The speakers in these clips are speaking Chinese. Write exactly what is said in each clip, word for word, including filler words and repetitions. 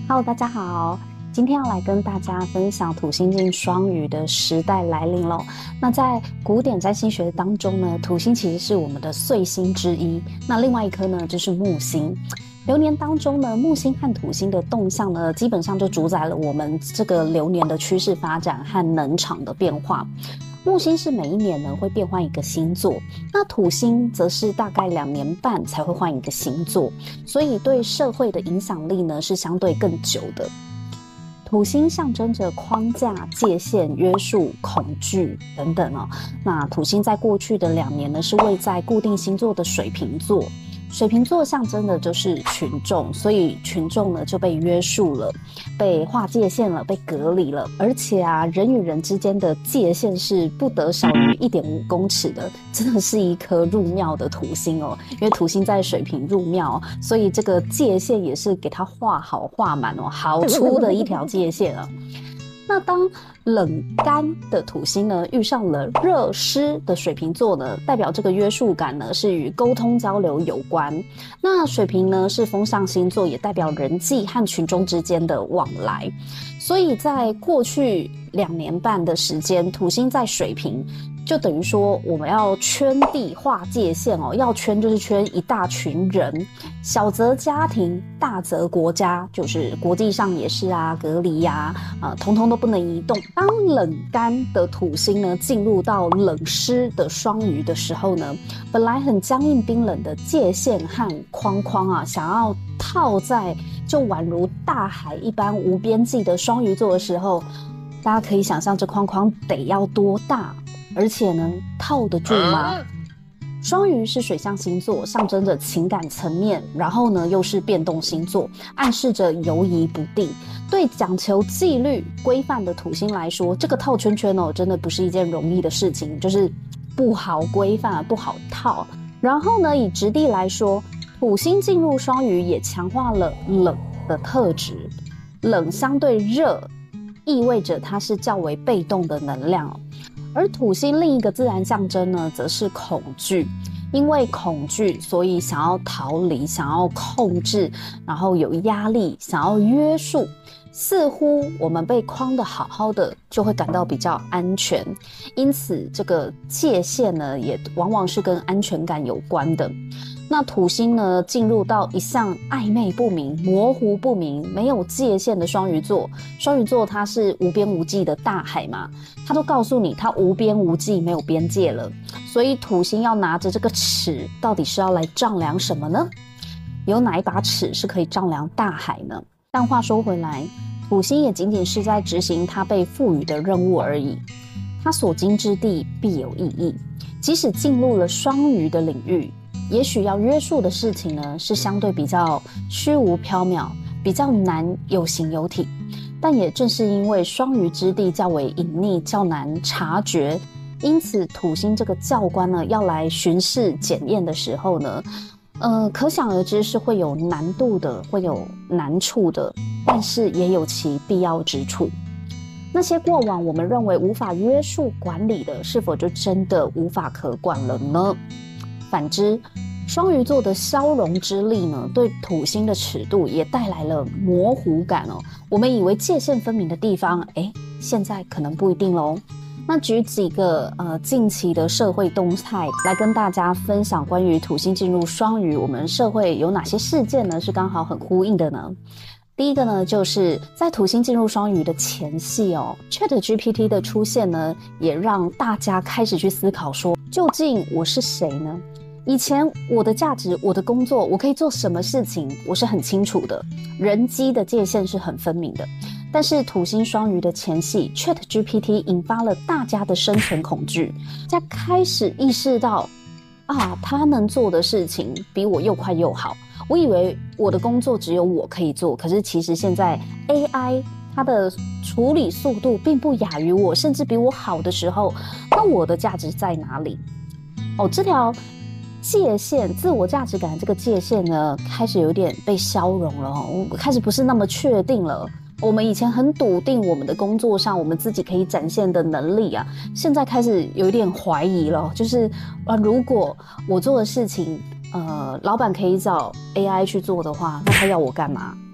Hello，大家好，今天要来跟大家分享土星进双鱼的时代来临咯。那在古典占星学当中呢，土星其实是我们的岁星之一，那另外一颗呢就是木星。流年当中呢，木星和土星的动向呢，基本上就主宰了我们这个流年的趋势发展和能场的变化。木星是每一年呢会变换一个星座，那土星则是大概两年半才会换一个星座，所以对社会的影响力呢是相对更久的。土星象征着框架、界限、约束、恐惧等等哦。那土星在过去的两年呢是位在固定星座的水瓶座。水瓶座象征的就是群众，所以群众呢就被约束了，被划界限了，被隔离了。而且啊，人与人之间的界限是不得少于一点五公尺的，真的是一颗入庙的土星哦。因为土星在水瓶入庙，所以这个界限也是给它画好画满哦，好粗的一条界限啊。那当冷干的土星呢遇上了热湿的水瓶座呢，代表这个约束感呢是与沟通交流有关。那水瓶呢是风象星座，也代表人际和群众之间的往来。所以在过去两年半的时间，土星在水瓶，就等于说我们要圈地划界限哦，要圈就是圈一大群人，小则家庭，大则国家，就是国际上也是啊，隔离呀、啊，呃，通通都不能移动。当冷干的土星呢进入到冷湿的双鱼的时候呢，本来很僵硬冰冷的界限和框框啊，想要套在就宛如大海一般无边际的双鱼座的时候，大家可以想象这框框得要多大，而且呢套得住吗？双鱼是水象星座，象征着情感层面，然后呢又是变动星座，暗示着游移不定。对讲求纪律规范的土星来说，这个套圈圈哦，真的不是一件容易的事情，就是不好规范，不好套。然后呢，以质地来说，土星进入双鱼也强化了冷的特质。冷相对热，意味着它是较为被动的能量哦。而土星另一个自然象征呢，则是恐惧。因为恐惧，所以想要逃离，想要控制，然后有压力，想要约束。似乎我们被框得好好的，就会感到比较安全。因此，这个界限呢，也往往是跟安全感有关的。那土星呢，进入到一向暧昧不明、模糊不明、没有界限的双鱼座。双鱼座它是无边无际的大海嘛，它都告诉你它无边无际，没有边界了。所以土星要拿着这个尺，到底是要来丈量什么呢？有哪一把尺是可以丈量大海呢？但话说回来，土星也仅仅是在执行它被赋予的任务而已。它所经之地必有意义，即使进入了双鱼的领域，也许要约束的事情呢，是相对比较虚无缥缈，比较难有形有体。但也正是因为双鱼之地较为隐匿，较难察觉，因此土星这个教官呢，要来巡视检验的时候呢，呃，可想而知是会有难度的，会有难处的，但是也有其必要之处。那些过往我们认为无法约束管理的，是否就真的无法可管了呢？反之，双鱼座的消融之力呢，对土星的尺度也带来了模糊感哦。我们以为界限分明的地方，哎，现在可能不一定咯。那举几个呃近期的社会动态来跟大家分享关于土星进入双鱼，我们社会有哪些事件呢是刚好很呼应的呢？第一个呢，就是在土星进入双鱼的前夕哦 ，ChatGPT 的出现呢，也让大家开始去思考说，究竟我是谁呢？以前我的价值、我的工作，我可以做什么事情，我是很清楚的，人机的界限是很分明的。但是土星双鱼的前夕 ，ChatGPT 引发了大家的生存恐惧，大家开始意识到，啊，他能做的事情比我又快又好。我以为我的工作只有我可以做，可是其实现在 A I 它的处理速度并不亚于我，甚至比我好的时候，那我的价值在哪里？哦，这条界限，自我价值感的这个界限呢，开始有点被消融了哦，开始不是那么确定了。我们以前很笃定我们的工作上我们自己可以展现的能力啊，现在开始有一点怀疑了，就是呃，如果我做的事情，呃，老板可以找 A I 去做的话，那他要我干嘛？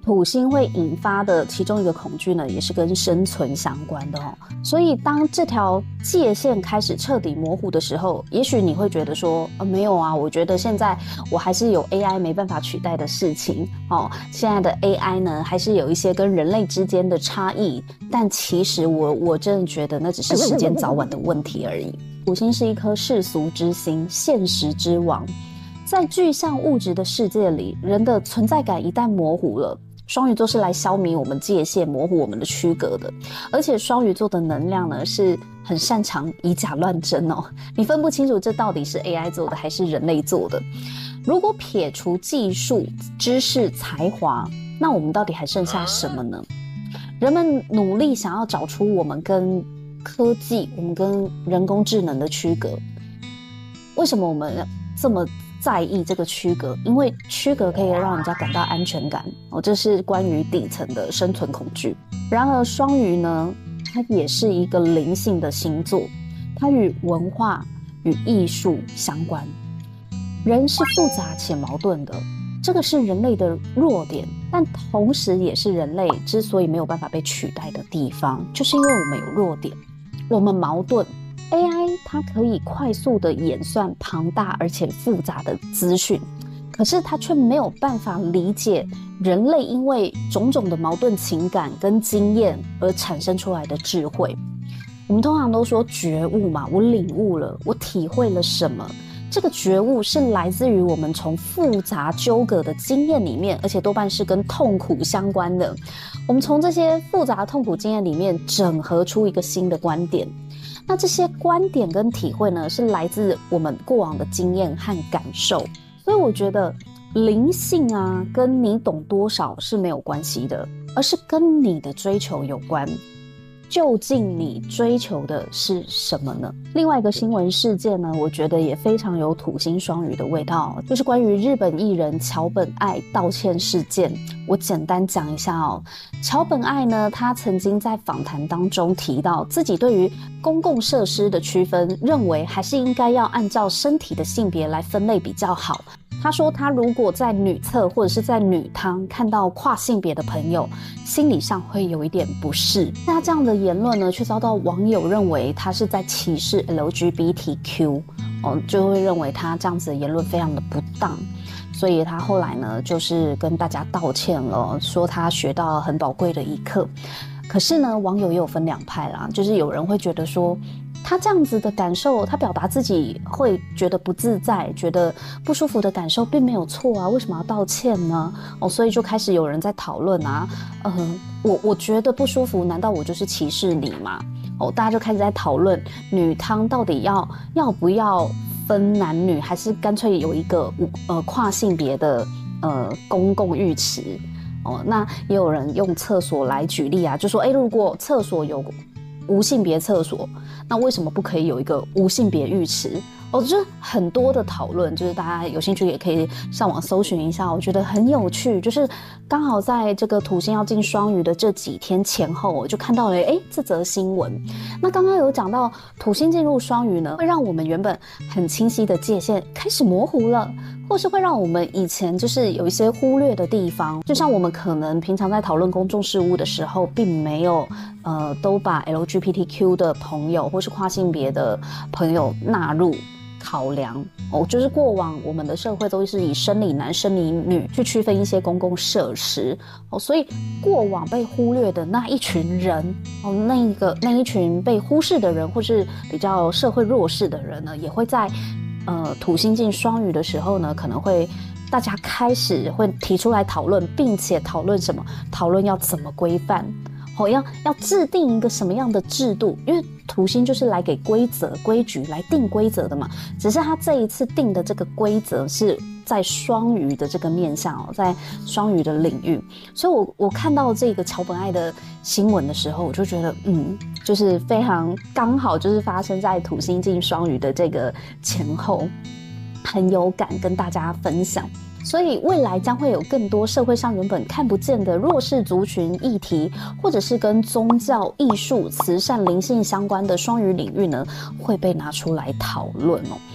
土星会引发的其中一个恐惧呢，也是跟生存相关的哦。所以当这条界限开始彻底模糊的时候，也许你会觉得说，呃，没有啊，我觉得现在我还是有 A I 没办法取代的事情哦。现在的 A I 呢，还是有一些跟人类之间的差异，但其实我我真的觉得那只是时间早晚的问题而已。土星是一颗世俗之星，现实之王。在具象物质的世界里，人的存在感一旦模糊了，双鱼座是来消弭我们界限、模糊我们的区隔的。而且双鱼座的能量呢，是很擅长以假乱真哦，你分不清楚这到底是 A I 做的还是人类做的。如果撇除技术、知识、才华，那我们到底还剩下什么呢？人们努力想要找出我们跟科技、我们跟人工智能的区隔。为什么我们这么在意这个区隔？因为区隔可以让人家感到安全感哦，这是关于底层的生存恐惧。然而双鱼呢，它也是一个灵性的星座，它与文化与艺术相关。人是复杂且矛盾的，这个是人类的弱点，但同时也是人类之所以没有办法被取代的地方，就是因为我们有弱点，我们矛盾。A I 它可以快速的演算庞大而且复杂的资讯，可是它却没有办法理解人类因为种种的矛盾情感跟经验而产生出来的智慧。我们通常都说觉悟嘛，我领悟了，我体会了什么。这个觉悟是来自于我们从复杂纠葛的经验里面，而且多半是跟痛苦相关的。我们从这些复杂痛苦经验里面整合出一个新的观点。那这些观点跟体会呢，是来自我们过往的经验和感受。所以我觉得灵性啊，跟你懂多少是没有关系的，而是跟你的追求有关。究竟你追求的是什么呢？另外一个新闻事件呢，我觉得也非常有土星双鱼的味道，就是关于日本艺人桥本爱道歉事件。我简单讲一下哦。桥本爱呢，他曾经在访谈当中提到自己对于公共设施的区分，认为还是应该要按照身体的性别来分类比较好。他说他如果在女厕或者是在女汤看到跨性别的朋友，心理上会有一点不适。那这样的言论呢，却遭到网友认为他是在歧视 L G B T Q， 哦，就会认为他这样子的言论非常的不当。所以他后来呢，就是跟大家道歉了，说他学到很宝贵的一课。可是呢，网友也有分两派啦，就是有人会觉得说，他这样子的感受，他表达自己会觉得不自在，觉得不舒服的感受并没有错啊，为什么要道歉呢？哦，所以就开始有人在讨论啊，呃，我我觉得不舒服，难道我就是歧视你吗？哦，大家就开始在讨论女汤到底要要不要分男女，还是干脆有一个呃跨性别的呃公共浴池。哦，那也有人用厕所来举例啊，就说，哎，如果厕所有无性别厕所，那为什么不可以有一个无性别浴池？哦，就是很多的讨论，就是大家有兴趣也可以上网搜寻一下，我觉得很有趣。就是刚好在这个土星要进双鱼的这几天前后，我就看到了哎这则新闻。那刚刚有讲到土星进入双鱼呢，会让我们原本很清晰的界限开始模糊了，或是会让我们以前就是有一些忽略的地方，就像我们可能平常在讨论公众事务的时候，并没有呃都把 L G B T Q 的朋友或是跨性别的朋友纳入考量哦，就是过往我们的社会都是以生理男、生理女去区分一些公共设施哦，所以过往被忽略的那一群人哦，那一个那一群被忽视的人，或是比较社会弱势的人呢，也会在呃土星进双鱼的时候呢，可能会大家开始会提出来讨论，并且讨论什么？讨论要怎么规范。哦，要要制定一个什么样的制度？因为土星就是来给规则、规矩来定规则的嘛。只是他这一次定的这个规则是在双鱼的这个面向哦，在双鱼的领域。所以我我看到这个桥本爱的新闻的时候，我就觉得，嗯，就是非常刚好，就是发生在土星进双鱼的这个前后，很有感，跟大家分享。所以未来将会有更多社会上原本看不见的弱势族群议题，或者是跟宗教、艺术、慈善、灵性相关的双语领域呢，会被拿出来讨论哦。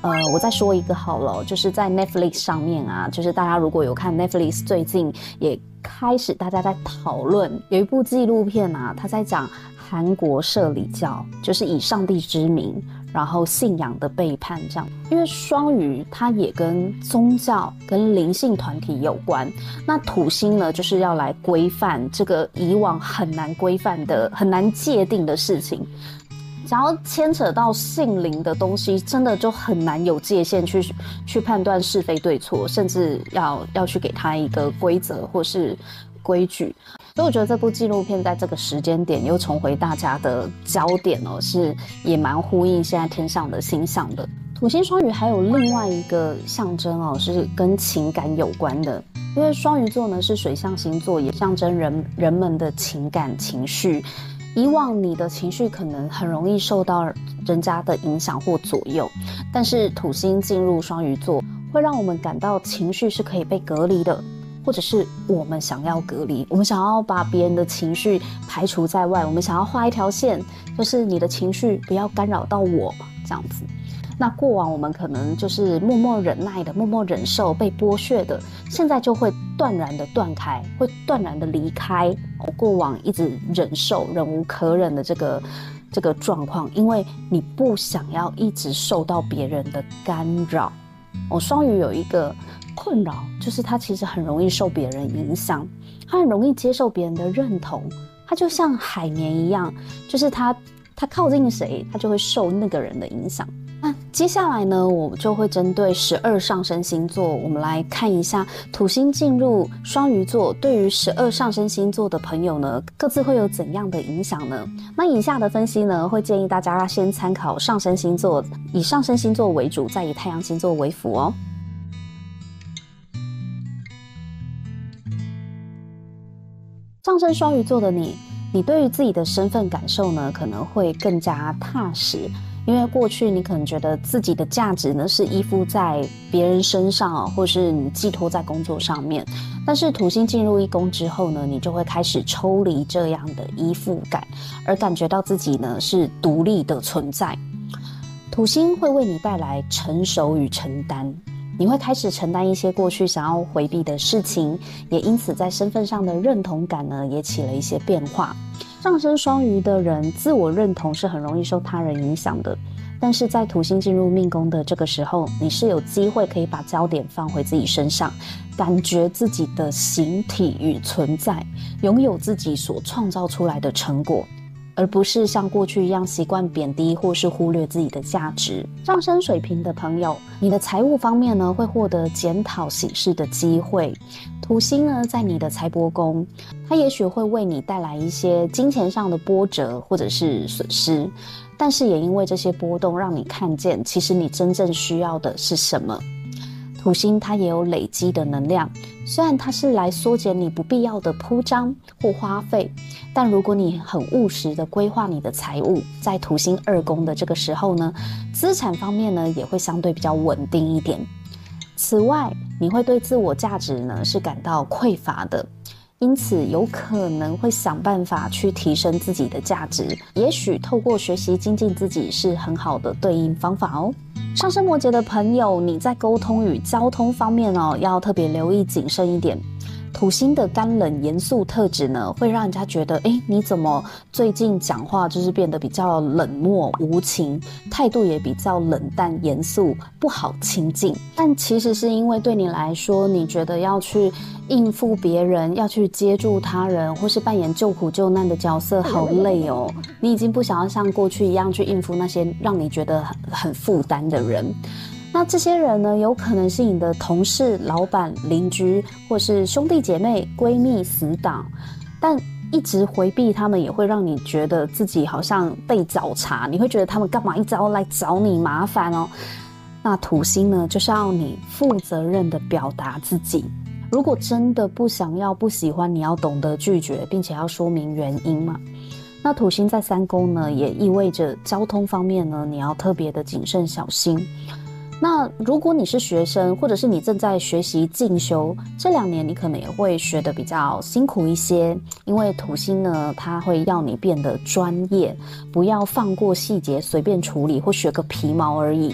呃，我再说一个好了，就是在 Netflix 上面啊，就是大家如果有看 Netflix 最近也开始大家在讨论有一部纪录片啊，他在讲韩国社里教，就是以上帝之名，然后信仰的背叛这样。因为双鱼它也跟宗教跟灵性团体有关，那土星呢就是要来规范这个以往很难规范的、很难界定的事情。想要牵扯到性灵的东西，真的就很难有界限去去判断是非对错，甚至要要去给他一个规则或是规矩。所以我觉得这部纪录片在这个时间点又重回大家的焦点哦，是也蛮呼应现在天上的星象的。土星双鱼还有另外一个象征哦，是跟情感有关的。因为双鱼座呢是水象星座，也象征人人们的情感情绪。以往你的情绪可能很容易受到人家的影响或左右，但是土星进入双鱼座，会让我们感到情绪是可以被隔离的，或者是我们想要隔离，我们想要把别人的情绪排除在外，我们想要画一条线，就是你的情绪不要干扰到我，这样子。那过往我们可能就是默默忍耐的，默默忍受被剥削的，现在就会断然的断开，会断然的离开过往一直忍受忍无可忍的这个这个状况，因为你不想要一直受到别人的干扰。哦，双鱼有一个困扰，就是他其实很容易受别人影响，他很容易接受别人的认同，他就像海绵一样，就是他他靠近谁，他就会受那个人的影响。那接下来呢，我就会针对十二上升星座，我们来看一下土星进入双鱼座，对于十二上升星座的朋友呢，各自会有怎样的影响呢？那以下的分析呢，会建议大家先参考上升星座，以上升星座为主，再以太阳星座为辅哦。上升双鱼座的你，你对于自己的身份感受呢，可能会更加踏实。因为过去你可能觉得自己的价值呢是依附在别人身上，或是你寄托在工作上面，但是土星进入一宫之后呢，你就会开始抽离这样的依附感，而感觉到自己呢是独立的存在。土星会为你带来成熟与承担，你会开始承担一些过去想要回避的事情，也因此在身份上的认同感呢也起了一些变化。上升双鱼的人自我认同是很容易受他人影响的，但是在土星进入命宫的这个时候，你是有机会可以把焦点放回自己身上，感觉自己的形体与存在，拥有自己所创造出来的成果，而不是像过去一样习惯贬低或是忽略自己的价值。上升水瓶的朋友，你的财务方面呢会获得检讨省视的机会。土星呢在你的财帛宫，它也许会为你带来一些金钱上的波折或者是损失，但是也因为这些波动让你看见其实你真正需要的是什么。土星它也有累积的能量，虽然它是来缩减你不必要的铺张或花费，但如果你很务实的规划你的财务，在土星二宫的这个时候呢，资产方面呢也会相对比较稳定一点。此外，你会对自我价值呢是感到匮乏的，因此有可能会想办法去提升自己的价值，也许透过学习精进自己是很好的对应方法哦。上升摩羯的朋友，你在沟通与交通方面哦，要特别留意谨慎一点。土星的干冷严肃特质呢，会让人家觉得，诶，你怎么最近讲话就是变得比较冷漠无情，态度也比较冷淡严肃，不好亲近。但其实是因为对你来说，你觉得要去应付别人，要去接住他人，或是扮演救苦救难的角色，好累哦。你已经不想要像过去一样去应付那些让你觉得很很负担的人。那这些人呢，有可能是你的同事、老板、邻居，或是兄弟姐妹、闺蜜、死党，但一直回避他们，也会让你觉得自己好像被找茬，你会觉得他们干嘛一直要来找你麻烦哦。那土星呢，就是要你负责任的表达自己。如果真的不想要、不喜欢，你要懂得拒绝，并且要说明原因嘛。那土星在三宫呢，也意味着交通方面呢，你要特别的谨慎小心。那如果你是学生，或者是你正在学习进修，这两年你可能也会学得比较辛苦一些，因为土星呢，它会要你变得专业，不要放过细节随便处理或学个皮毛而已。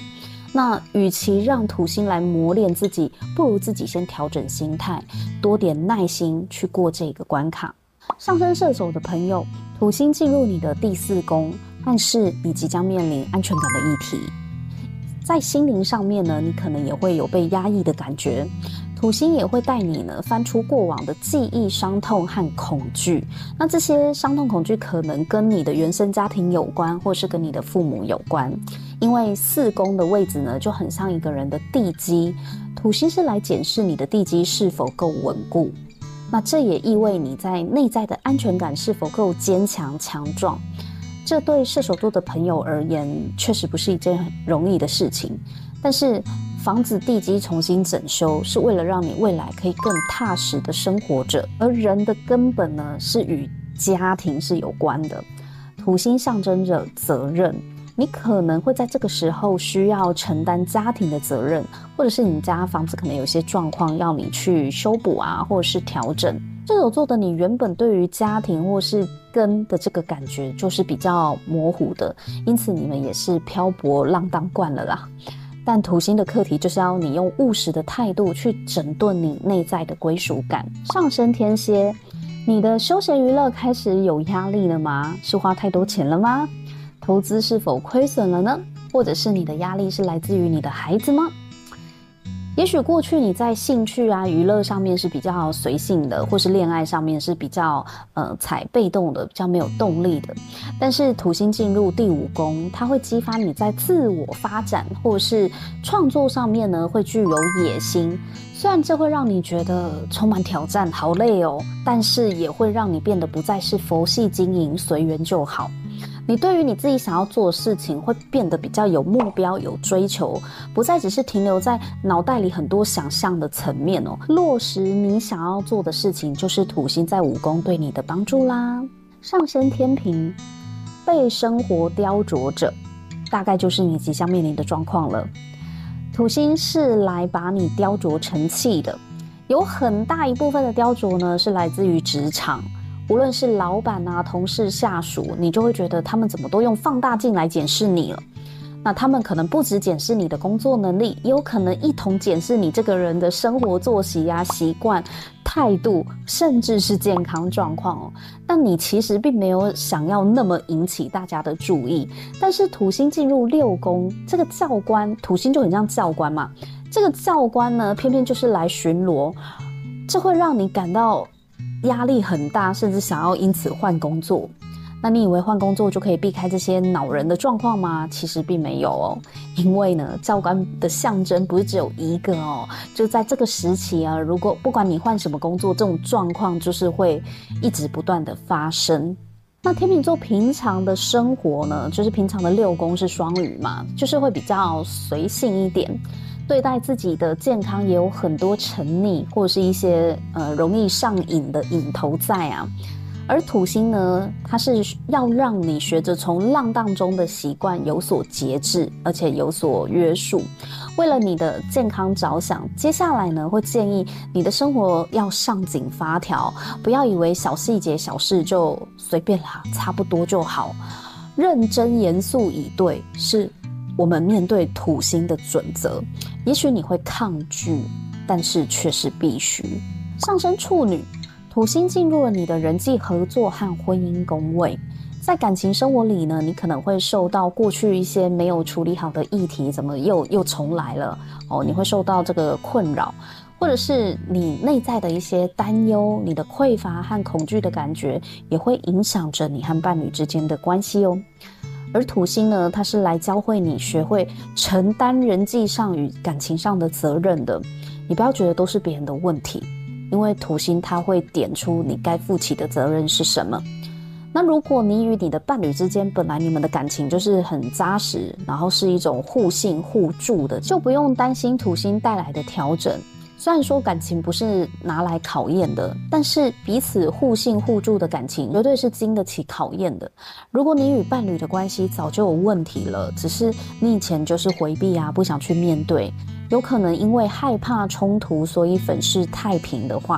那与其让土星来磨练自己，不如自己先调整心态，多点耐心去过这个关卡。上升射手的朋友，土星进入你的第四宫，暗示你即将面临安全感的议题。在心灵上面呢，你可能也会有被压抑的感觉。土星也会带你呢翻出过往的记忆、伤痛和恐惧。那这些伤痛、恐惧可能跟你的原生家庭有关，或是跟你的父母有关。因为四宫的位置呢，就很像一个人的地基，土星是来检视你的地基是否够稳固。那这也意味你在内在的安全感是否够坚强、强壮。这对射手座的朋友而言，确实不是一件很容易的事情。但是房子地基重新整修，是为了让你未来可以更踏实的生活着。而人的根本呢，是与家庭是有关的。土星象征着责任，你可能会在这个时候需要承担家庭的责任，或者是你家房子可能有些状况要你去修补啊，或者是调整。射手座的你原本对于家庭或是根的这个感觉就是比较模糊的，因此你们也是漂泊浪荡惯了啦。但土星的课题就是要你用务实的态度去整顿你内在的归属感。上升天蝎，你的休闲娱乐开始有压力了吗？是花太多钱了吗？投资是否亏损了呢？或者是你的压力是来自于你的孩子吗？也许过去你在兴趣啊、娱乐上面是比较随性的，或是恋爱上面是比较呃采被动的，比较没有动力的。但是土星进入第五宫，它会激发你在自我发展或是创作上面呢，会具有野心。虽然这会让你觉得充满挑战，好累哦，但是也会让你变得不再是佛系经营，随缘就好。你对于你自己想要做的事情会变得比较有目标、有追求，不再只是停留在脑袋里很多想象的层面哦。落实你想要做的事情，就是土星在五宫对你的帮助啦。上升天秤，被生活雕琢着，大概就是你即将面临的状况了。土星是来把你雕琢成器的，有很大一部分的雕琢呢是来自于职场。无论是老板啊、同事、下属，你就会觉得他们怎么都用放大镜来检视你了。那他们可能不只检视你的工作能力，也有可能一同检视你这个人的生活作息啊、习惯、态度，甚至是健康状况哦。但你其实并没有想要那么引起大家的注意。但是土星进入六宫，这个教官，土星就很像教官嘛。这个教官呢，偏偏就是来巡逻，这会让你感到压力很大，甚至想要因此换工作。那你以为换工作就可以避开这些恼人的状况吗？其实并没有哦，因为呢，教官的象征不是只有一个哦，就在这个时期啊，如果不管你换什么工作，这种状况就是会一直不断的发生。那天秤座平常的生活呢，就是平常的六宫是双鱼嘛，就是会比较随性一点。对待自己的健康也有很多沉溺，或者是一些呃容易上瘾的瘾头在啊。而土星呢，它是要让你学着从浪荡中的习惯有所节制，而且有所约束。为了你的健康着想，接下来呢会建议你的生活要上紧发条，不要以为小细节小事就随便啦，差不多就好。认真严肃以对，是我们面对土星的准则。也许你会抗拒，但是却是必须。上升处女，土星进入了你的人际合作和婚姻宫位。在感情生活里呢，你可能会受到过去一些没有处理好的议题，怎么又又重来了哦？你会受到这个困扰，或者是你内在的一些担忧，你的匮乏和恐惧的感觉，也会影响着你和伴侣之间的关系哦。而土星呢，它是来教会你学会承担人际上与感情上的责任的。你不要觉得都是别人的问题，因为土星它会点出你该负起的责任是什么。那如果你与你的伴侣之间本来你们的感情就是很扎实，然后是一种互信互助的，就不用担心土星带来的调整。虽然说感情不是拿来考验的，但是彼此互信互助的感情绝对是经得起考验的。如果你与伴侣的关系早就有问题了，只是你以前就是回避啊，不想去面对，有可能因为害怕冲突所以粉饰太平的话，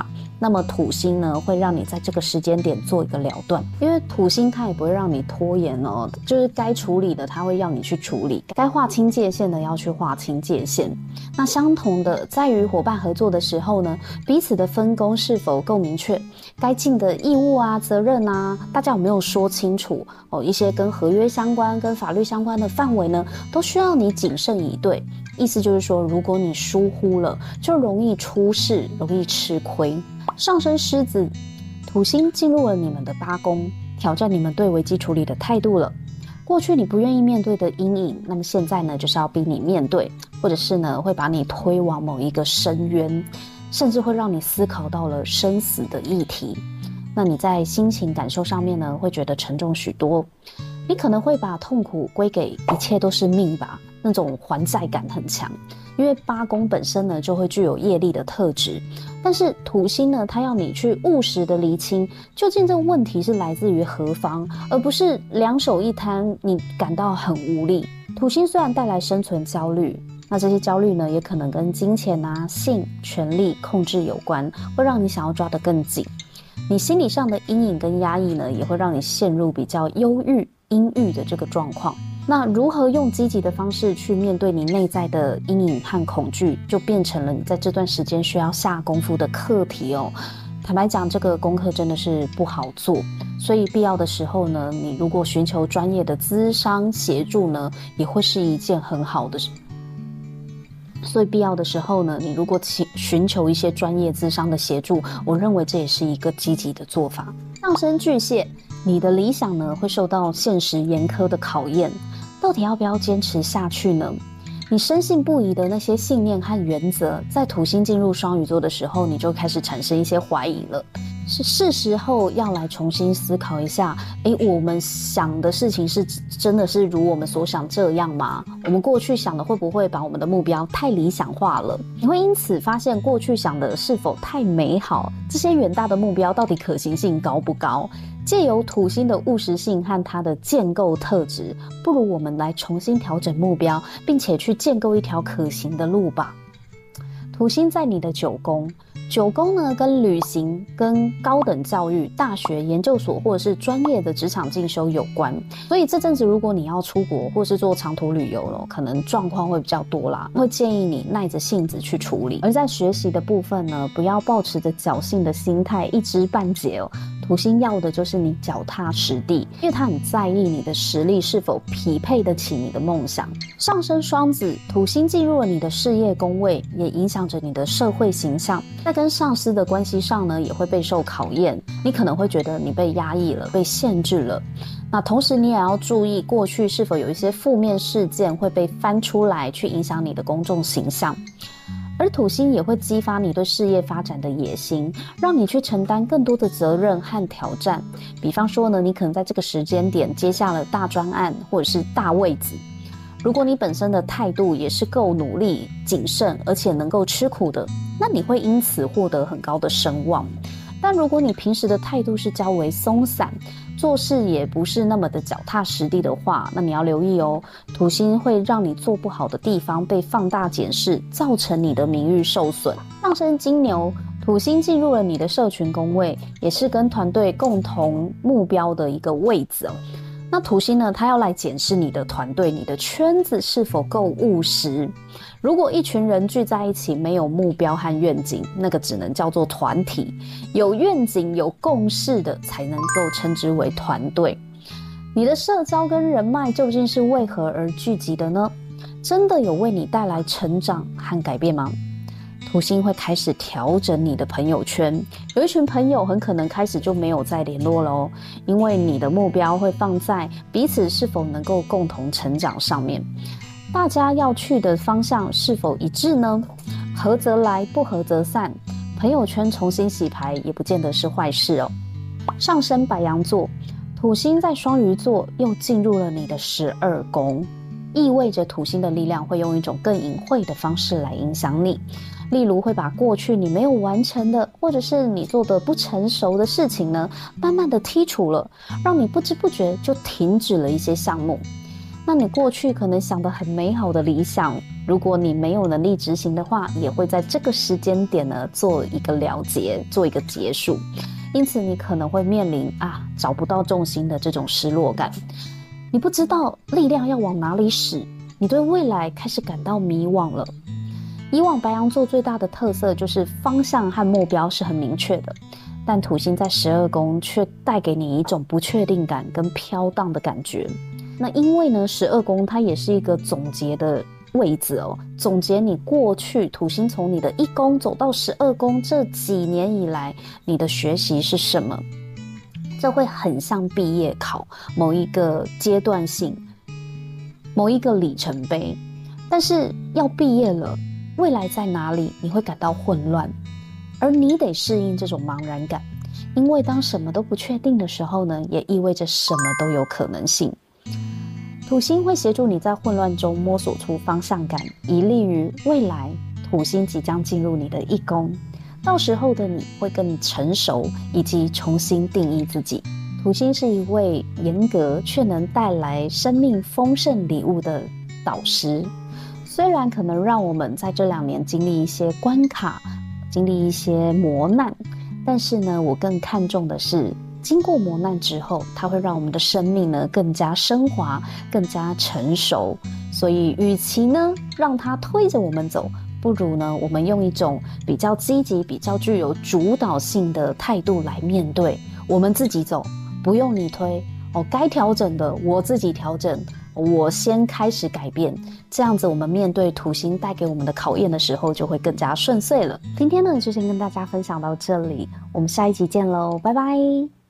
那么土星呢会让你在这个时间点做一个了断，因为土星它也不会让你拖延哦，就是该处理的它会要你去处理，该划清界限的要去划清界限。那相同的，在于伙伴合作的时候呢，彼此的分工是否够明确，该尽的义务啊、责任啊，大家有没有说清楚哦？一些跟合约相关、跟法律相关的范围呢，都需要你谨慎以对。意思就是说，如果你疏忽了，就容易出事，容易吃亏。上升狮子，土星进入了你们的八宫，挑战你们对危机处理的态度了。过去你不愿意面对的阴影，那么现在呢，就是要逼你面对，或者是呢，会把你推往某一个深渊，甚至会让你思考到了生死的议题。那你在心情感受上面呢，会觉得沉重许多。你可能会把痛苦归给一切都是命吧，那种还债感很强。因为八宫本身呢就会具有业力的特质，但是土星呢，它要你去务实的厘清，究竟这个问题是来自于何方，而不是两手一摊，你感到很无力。土星虽然带来生存焦虑，那这些焦虑呢，也可能跟金钱啊、性、权力、控制有关，会让你想要抓得更紧。你心理上的阴影跟压抑呢，也会让你陷入比较忧郁、阴郁的这个状况。那如何用积极的方式去面对你内在的阴影和恐惧，就变成了你在这段时间需要下功夫的课题哦。坦白讲，这个功课真的是不好做，所以必要的时候呢，你如果寻求专业的咨商协助呢，也会是一件很好的事。所以必要的时候呢，你如果寻求一些专业咨商的协助，我认为这也是一个积极的做法。上升巨蟹，你的理想呢会受到现实严苛的考验，到底要不要坚持下去呢？你深信不疑的那些信念和原则，在土星进入双鱼座的时候，你就开始产生一些怀疑了。是是时候要来重新思考一下，诶，我们想的事情是真的是如我们所想这样吗？我们过去想的会不会把我们的目标太理想化了？你会因此发现过去想的是否太美好？这些远大的目标到底可行性高不高？借由土星的务实性和它的建构特质，不如我们来重新调整目标，并且去建构一条可行的路吧。土星在你的九宫，九宫呢跟旅行、跟高等教育、大学、研究所或者是专业的职场进修有关，所以这阵子如果你要出国或是做长途旅游了，可能状况会比较多啦，会建议你耐着性子去处理。而在学习的部分呢，不要抱持着侥幸的心态一知半解哦。土星要的就是你脚踏实地，因为他很在意你的实力是否匹配得起你的梦想。上升双子，土星进入了你的事业宫位，也影响着你的社会形象。在跟上司的关系上呢，也会备受考验。你可能会觉得你被压抑了，被限制了。那同时你也要注意，过去是否有一些负面事件会被翻出来，去影响你的公众形象。而土星也会激发你对事业发展的野心，让你去承担更多的责任和挑战。比方说呢，你可能在这个时间点接下了大专案或者是大位子。如果你本身的态度也是够努力、谨慎，而且能够吃苦的，那你会因此获得很高的声望。但如果你平时的态度是较为松散，做事也不是那么的脚踏实地的话，那你要留意哦，土星会让你做不好的地方被放大检视，造成你的名誉受损。上升金牛，土星进入了你的社群宫位，也是跟团队共同目标的一个位置哦。那土星呢，它要来检视你的团队、你的圈子是否够务实。如果一群人聚在一起没有目标和愿景，那个只能叫做团体。有愿景、有共识的才能够称之为团队。你的社交跟人脉究竟是为何而聚集的呢？真的有为你带来成长和改变吗？土星会开始调整你的朋友圈，有一群朋友很可能开始就没有再联络了哦，因为你的目标会放在彼此是否能够共同成长上面。大家要去的方向是否一致呢？合则来，不合则散。朋友圈重新洗牌也不见得是坏事哦。上升白羊座，土星在双鱼座又进入了你的十二宫，意味着土星的力量会用一种更隐晦的方式来影响你。例如会把过去你没有完成的，或者是你做的不成熟的事情呢，慢慢的剔除了，让你不知不觉就停止了一些项目。 那你过去可能想得很美好的理想，如果你没有能力执行的话，也会在这个时间点呢做一个了结，做一个结束。因此你可能会面临啊找不到重心的这种失落感，你不知道力量要往哪里使，你对未来开始感到迷惘了。以往白羊座最大的特色就是方向和目标是很明确的，但土星在十二宫却带给你一种不确定感跟飘荡的感觉。那因为呢，十二宫它也是一个总结的位置哦，总结你过去土星从你的一宫走到十二宫这几年以来你的学习是什么，这会很像毕业考，某一个阶段性，某一个里程碑。但是要毕业了，未来在哪里你会感到混乱，而你得适应这种茫然感，因为当什么都不确定的时候呢，也意味着什么都有可能性。土星会协助你在混乱中摸索出方向感，以利于未来土星即将进入你的一宫，到时候的你会更成熟，以及重新定义自己。土星是一位严格却能带来生命丰盛礼物的导师，虽然可能让我们在这两年经历一些关卡，经历一些磨难，但是呢，我更看重的是经过磨难之后，它会让我们的生命呢更加升华，更加成熟。所以与其呢让它推着我们走，不如呢我们用一种比较积极，比较具有主导性的态度来面对，我们自己走，不用你推哦，该调整的我自己调整，我先开始改变，这样子我们面对土星带给我们的考验的时候就会更加顺遂了。今天呢就先跟大家分享到这里，我们下一集见喽，拜拜。